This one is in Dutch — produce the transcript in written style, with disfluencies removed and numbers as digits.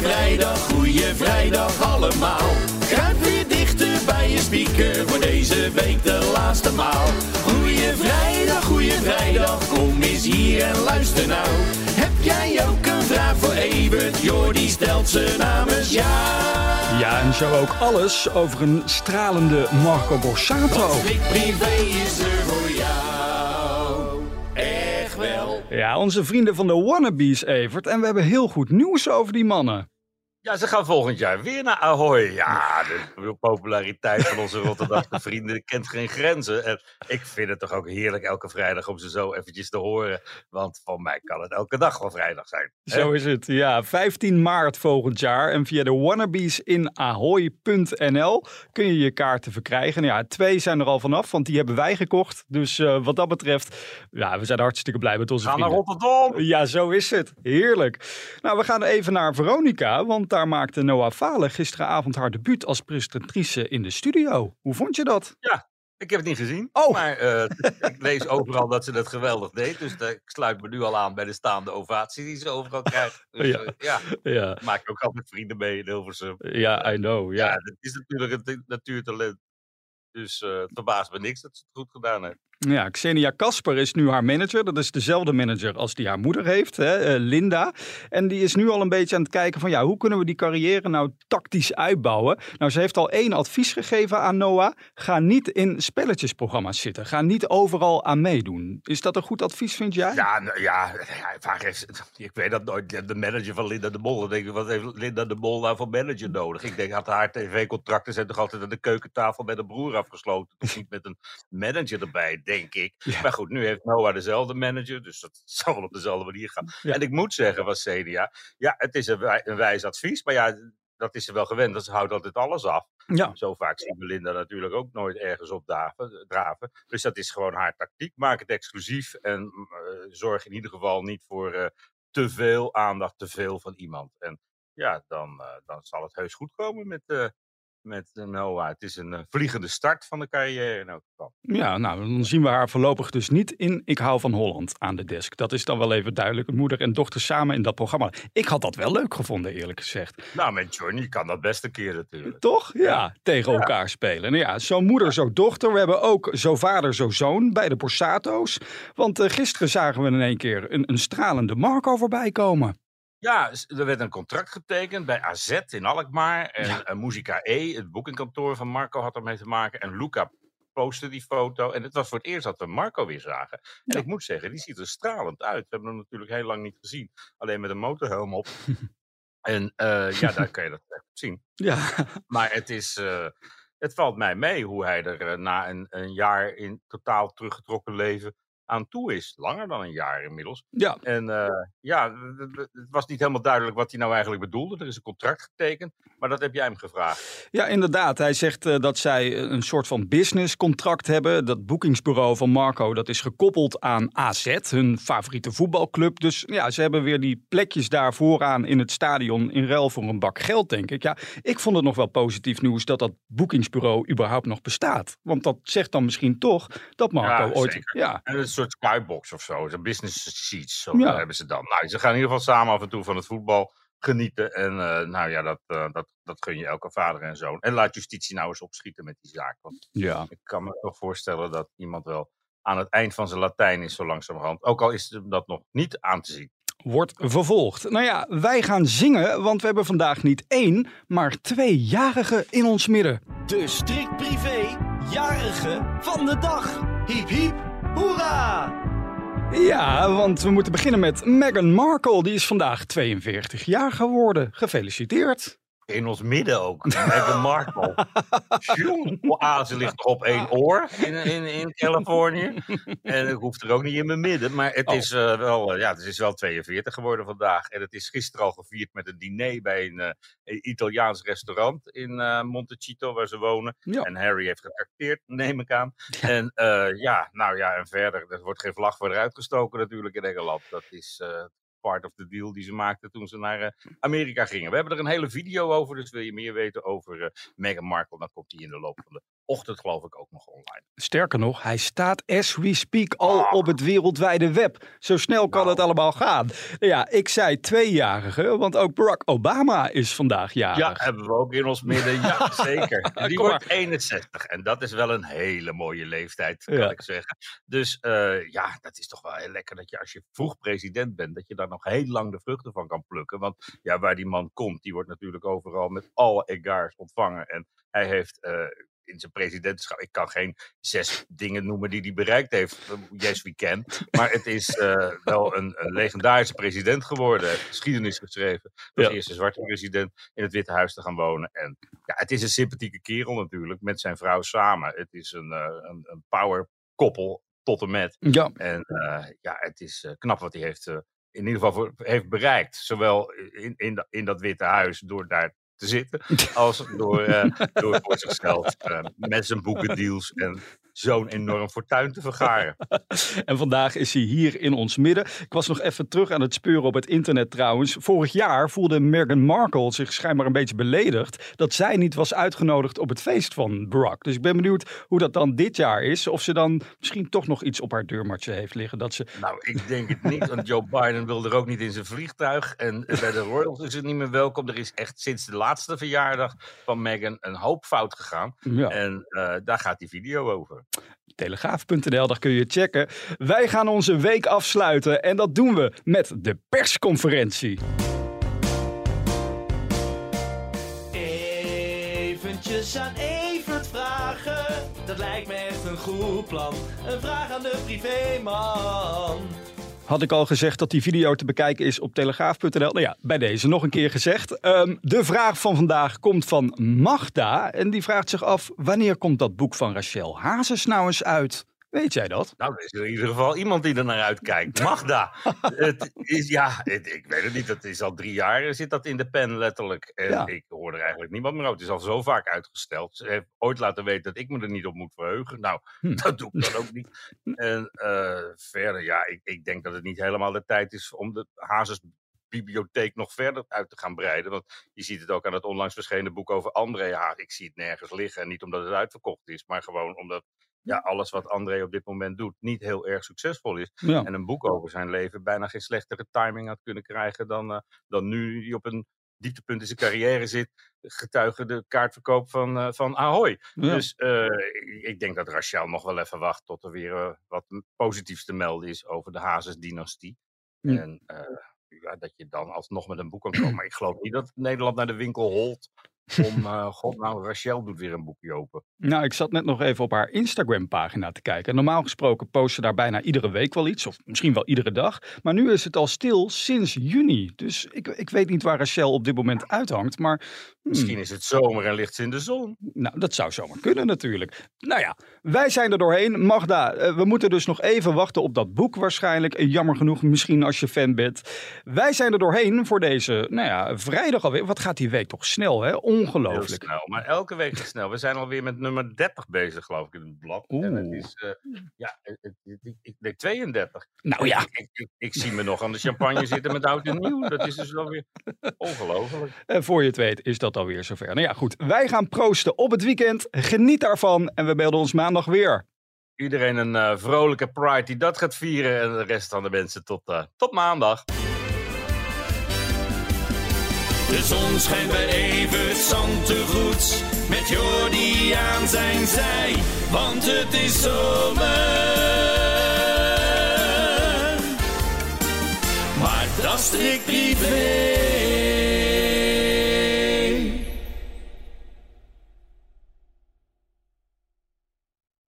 goeie vrijdag allemaal. Kruip weer dichter bij je speaker voor deze week de laatste maal. Goeie vrijdag, kom eens hier en luister nou. Heb jij ook een vraag voor Evert? Jordi stelt ze namens jou. Ja, en zo ook alles over een stralende Marco Borsato. Slik Privé is er voor jou. Echt wel. Ja, onze vrienden van de Wannabes, Evert. En we hebben heel goed nieuws over die mannen. Ja, ze gaan volgend jaar weer naar Ahoy. Ja, de populariteit van onze Rotterdamse vrienden kent geen grenzen. En ik vind het toch ook heerlijk elke vrijdag om ze zo eventjes te horen. Want voor mij kan het elke dag wel vrijdag zijn. Zo is het, ja. 15 maart volgend jaar. En via de Wannabes in ahoy.nl kun je je kaarten verkrijgen. En ja, 2 zijn er al vanaf, want die hebben wij gekocht. Dus wat dat betreft, ja, we zijn hartstikke blij met onze vrienden. Ga naar Rotterdam! Ja, zo is het. Heerlijk. Nou, we gaan even naar Veronica, want daar maakte Noah Falen gisteravond haar debuut als presentatrice in de studio. Hoe vond je dat? Ja, ik heb het niet gezien. Oh. Maar ik lees overal dat ze dat geweldig deed. Dus ik sluit me nu al aan bij de staande ovatie die ze overal krijgt. Dus Ja. maak ik ook altijd vrienden mee in Hilversum. Ja, I know. Ja. Ja, dat is natuurlijk een natuurtalent. Dus het verbaast me niks dat ze het goed gedaan heeft. Ja, Xenia Kasper is nu haar manager. Dat is dezelfde manager als die haar moeder heeft, hè, Linda. En die is nu al een beetje aan het kijken van, ja, hoe kunnen we die carrière nou tactisch uitbouwen? Nou, ze heeft al 1 advies gegeven aan Noah. Ga niet in spelletjesprogramma's zitten. Ga niet overal aan meedoen. Is dat een goed advies, vind jij? Ik weet dat nooit. De manager van Linda de Mol. Dan denk ik, wat heeft Linda de Mol nou voor manager nodig? Ik denk, had haar tv-contracten zijn toch altijd aan de keukentafel met een broer afgesloten. Toch niet met een manager erbij, denk ik. Ja. Maar goed, nu heeft Noah dezelfde manager, dus dat zal wel op dezelfde manier gaan. Ja. En ik moet zeggen, was Celia, ja, het is een wijs advies, maar ja, dat is ze wel gewend, dat ze houdt altijd alles af. Ja. Zo vaak zien we Linda natuurlijk ook nooit ergens op draven. Dus dat is gewoon haar tactiek. Maak het exclusief en zorg in ieder geval niet voor te veel aandacht, te veel van iemand. En ja, dan zal het heus goed komen met Noah. Het is een vliegende start van de carrière in elk geval. Ja, nou, dan zien we haar voorlopig dus niet in Ik hou van Holland aan de desk. Dat is dan wel even duidelijk. Moeder en dochter samen in dat programma. Ik had dat wel leuk gevonden, eerlijk gezegd. Nou, met Johnny kan dat best een keer natuurlijk. Toch? Ja, tegen elkaar spelen. Nou ja, zo moeder, zo dochter. We hebben ook zo vader, zo zoon bij de Borsato's. Want gisteren zagen we in één keer een stralende Marco voorbij komen. Ja, er werd een contract getekend bij AZ in Alkmaar. En Musica E, het boekingkantoor van Marco, had ermee te maken. En Luca postte die foto. En het was voor het eerst dat we Marco weer zagen. En ik moet zeggen, die ziet er stralend uit. We hebben hem natuurlijk heel lang niet gezien. Alleen met een motorhelm op. En daar kan je dat echt op zien. Ja. Maar het valt mij mee hoe hij er na een jaar in totaal teruggetrokken leven aan toe is. Langer dan een jaar inmiddels. Ja. En het was niet helemaal duidelijk wat hij nou eigenlijk bedoelde. Er is een contract getekend, maar dat heb jij hem gevraagd. Ja, inderdaad. Hij zegt dat zij een soort van businesscontract hebben. Dat boekingsbureau van Marco, dat is gekoppeld aan AZ, hun favoriete voetbalclub. Dus ja, ze hebben weer die plekjes daar vooraan in het stadion in ruil voor een bak geld, denk ik. Ja, ik vond het nog wel positief nieuws dat dat boekingsbureau überhaupt nog bestaat. Want dat zegt dan misschien toch dat Marco ooit... Zeker. Ja, en een soort skybox of zo. Een business seats, zo hebben ze dan. Nou, ze gaan in ieder geval samen af en toe van het voetbal genieten. En dat gun je elke vader en zoon. En laat justitie nou eens opschieten met die zaak. Want ik kan me toch voorstellen dat iemand wel aan het eind van zijn Latijn is zo langzamerhand. Ook al is dat nog niet aan te zien. Wordt vervolgd. Nou ja, wij gaan zingen, want we hebben vandaag niet 1, maar 2 jarigen in ons midden. De strikt privé jarige van de dag. Hiep hiep, hoera! Ja, want we moeten beginnen met Meghan Markle. Die is vandaag 42 jaar geworden. Gefeliciteerd. In ons midden ook. Meghan Markle. Ze ligt nog op 1 oor in Californië. En ik hoef er ook niet in mijn midden. Maar het is wel 42 geworden vandaag. En het is gisteren al gevierd met een diner bij een Italiaans restaurant in Montecito, waar ze wonen. Ja. En Harry heeft getrakteerd, neem ik aan. Ja. En verder, er wordt geen vlag voor eruit gestoken natuurlijk in Engeland. Dat is... part of the deal die ze maakten toen ze naar Amerika gingen. We hebben er een hele video over, dus wil je meer weten over Meghan Markle, dan komt die in de loop van de ochtend geloof ik ook nog online. Sterker nog, hij staat as we speak al op het wereldwijde web. Zo snel kan het allemaal gaan. Ja, ik zei 2-jarige, want ook Barack Obama is vandaag jarig. Ja, hebben we ook in ons midden. Ja, zeker. Die wordt 61 en dat is wel een hele mooie leeftijd, kan ik zeggen. Dus dat is toch wel heel lekker dat je als je vroeg president bent, dat je daar nog heel lang de vruchten van kan plukken. Want ja, waar die man komt, die wordt natuurlijk overal met alle egards ontvangen. En hij heeft in zijn presidentschap, ik kan geen 6 dingen noemen die hij bereikt heeft. Yes, we can. Maar het is wel een legendarische president geworden. Hij heeft geschiedenis geschreven. Als eerste zwarte president in het Witte Huis te gaan wonen. En ja, het is een sympathieke kerel natuurlijk, met zijn vrouw samen. Het is een power koppel tot en met. Ja. En het is knap wat hij heeft in ieder geval heeft bereikt. Zowel in dat Witte Huis door daar te zitten, als door voor zichzelf met zijn boekendeals en zo'n enorm fortuin te vergaren. En vandaag is hij hier in ons midden. Ik was nog even terug aan het speuren op het internet trouwens. Vorig jaar voelde Meghan Markle zich schijnbaar een beetje beledigd dat zij niet was uitgenodigd op het feest van Barack. Dus ik ben benieuwd hoe dat dan dit jaar is. Of ze dan misschien toch nog iets op haar deurmatje heeft liggen. Nou, ik denk het niet, want Joe Biden wil er ook niet in zijn vliegtuig. En bij de Royals is het niet meer welkom. Er is echt sinds de laatste verjaardag van Meghan een hoop fout gegaan. Ja. En daar gaat die video over. Telegraaf.nl, daar kun je checken. Wij gaan onze week afsluiten en dat doen we met de persconferentie. Eventjes aan Evert vragen, dat lijkt me echt een goed plan. Een vraag aan de privéman. Had ik al gezegd dat die video te bekijken is op Telegraaf.nl? Nou ja, bij deze nog een keer gezegd. De vraag van vandaag komt van Magda. En die vraagt zich af, wanneer komt dat boek van Rachel Hazes nou eens uit? Weet jij dat? Nou, er is in ieder geval iemand die er naar uitkijkt. Magda. Het is, ik weet het niet. Het is al 3 jaar zit dat in de pen letterlijk. En ik hoor er eigenlijk niemand meer over. Het is al zo vaak uitgesteld. Ze heeft ooit laten weten dat ik me er niet op moet verheugen. Nou, dat doe ik dan ook niet. En verder, ik denk dat het niet helemaal de tijd is om de Hazes bibliotheek nog verder uit te gaan breiden. Want je ziet het ook aan het onlangs verschenen boek over André Hazes. Ik zie het nergens liggen. En niet omdat het uitverkocht is, maar gewoon omdat alles wat André op dit moment doet niet heel erg succesvol is. Ja. En een boek over zijn leven bijna geen slechtere timing had kunnen krijgen dan nu hij op een dieptepunt in zijn carrière zit, getuige de kaartverkoop van Ahoy. Ja. Dus ik denk dat Rachel nog wel even wacht tot er weer wat positiefs te melden is over de Hazes-dynastie. Ja. En dat je dan alsnog met een boek kan komen. Maar ik geloof niet dat Nederland naar de winkel holt Rachel doet weer een boekje open. Nou, ik zat net nog even op haar Instagram-pagina te kijken. Normaal gesproken post ze daar bijna iedere week wel iets, of misschien wel iedere dag. Maar nu is het al stil sinds juni. Dus ik weet niet waar Rachel op dit moment uithangt, maar misschien is het zomer en ligt ze in de zon. Nou, dat zou zomaar kunnen natuurlijk. Nou ja, wij zijn er doorheen. Magda, we moeten dus nog even wachten op dat boek waarschijnlijk. Jammer genoeg, misschien als je fan bent. Wij zijn er doorheen voor deze, vrijdag alweer. Wat gaat die week toch snel, hè? Ongelooflijk. Heel snel, maar elke week gaat snel. We zijn alweer met nummer 30 bezig, geloof ik, in het blad. En het is, ik denk 32. Nou ja. Ik zie me nog aan de champagne zitten met oud en nieuw. Dat is dus wel weer ongelooflijk. En voor je het weet is dat alweer zover. Nou ja, goed. Wij gaan proosten op het weekend. Geniet daarvan en we melden ons maandag weer. Iedereen een vrolijke Pride die dat gaat vieren. En de rest van de mensen tot maandag. De zon schijnt bij Evert Zantegoed, met Jordi aan zijn zij, want het is zomer. Maar dat strikt privé.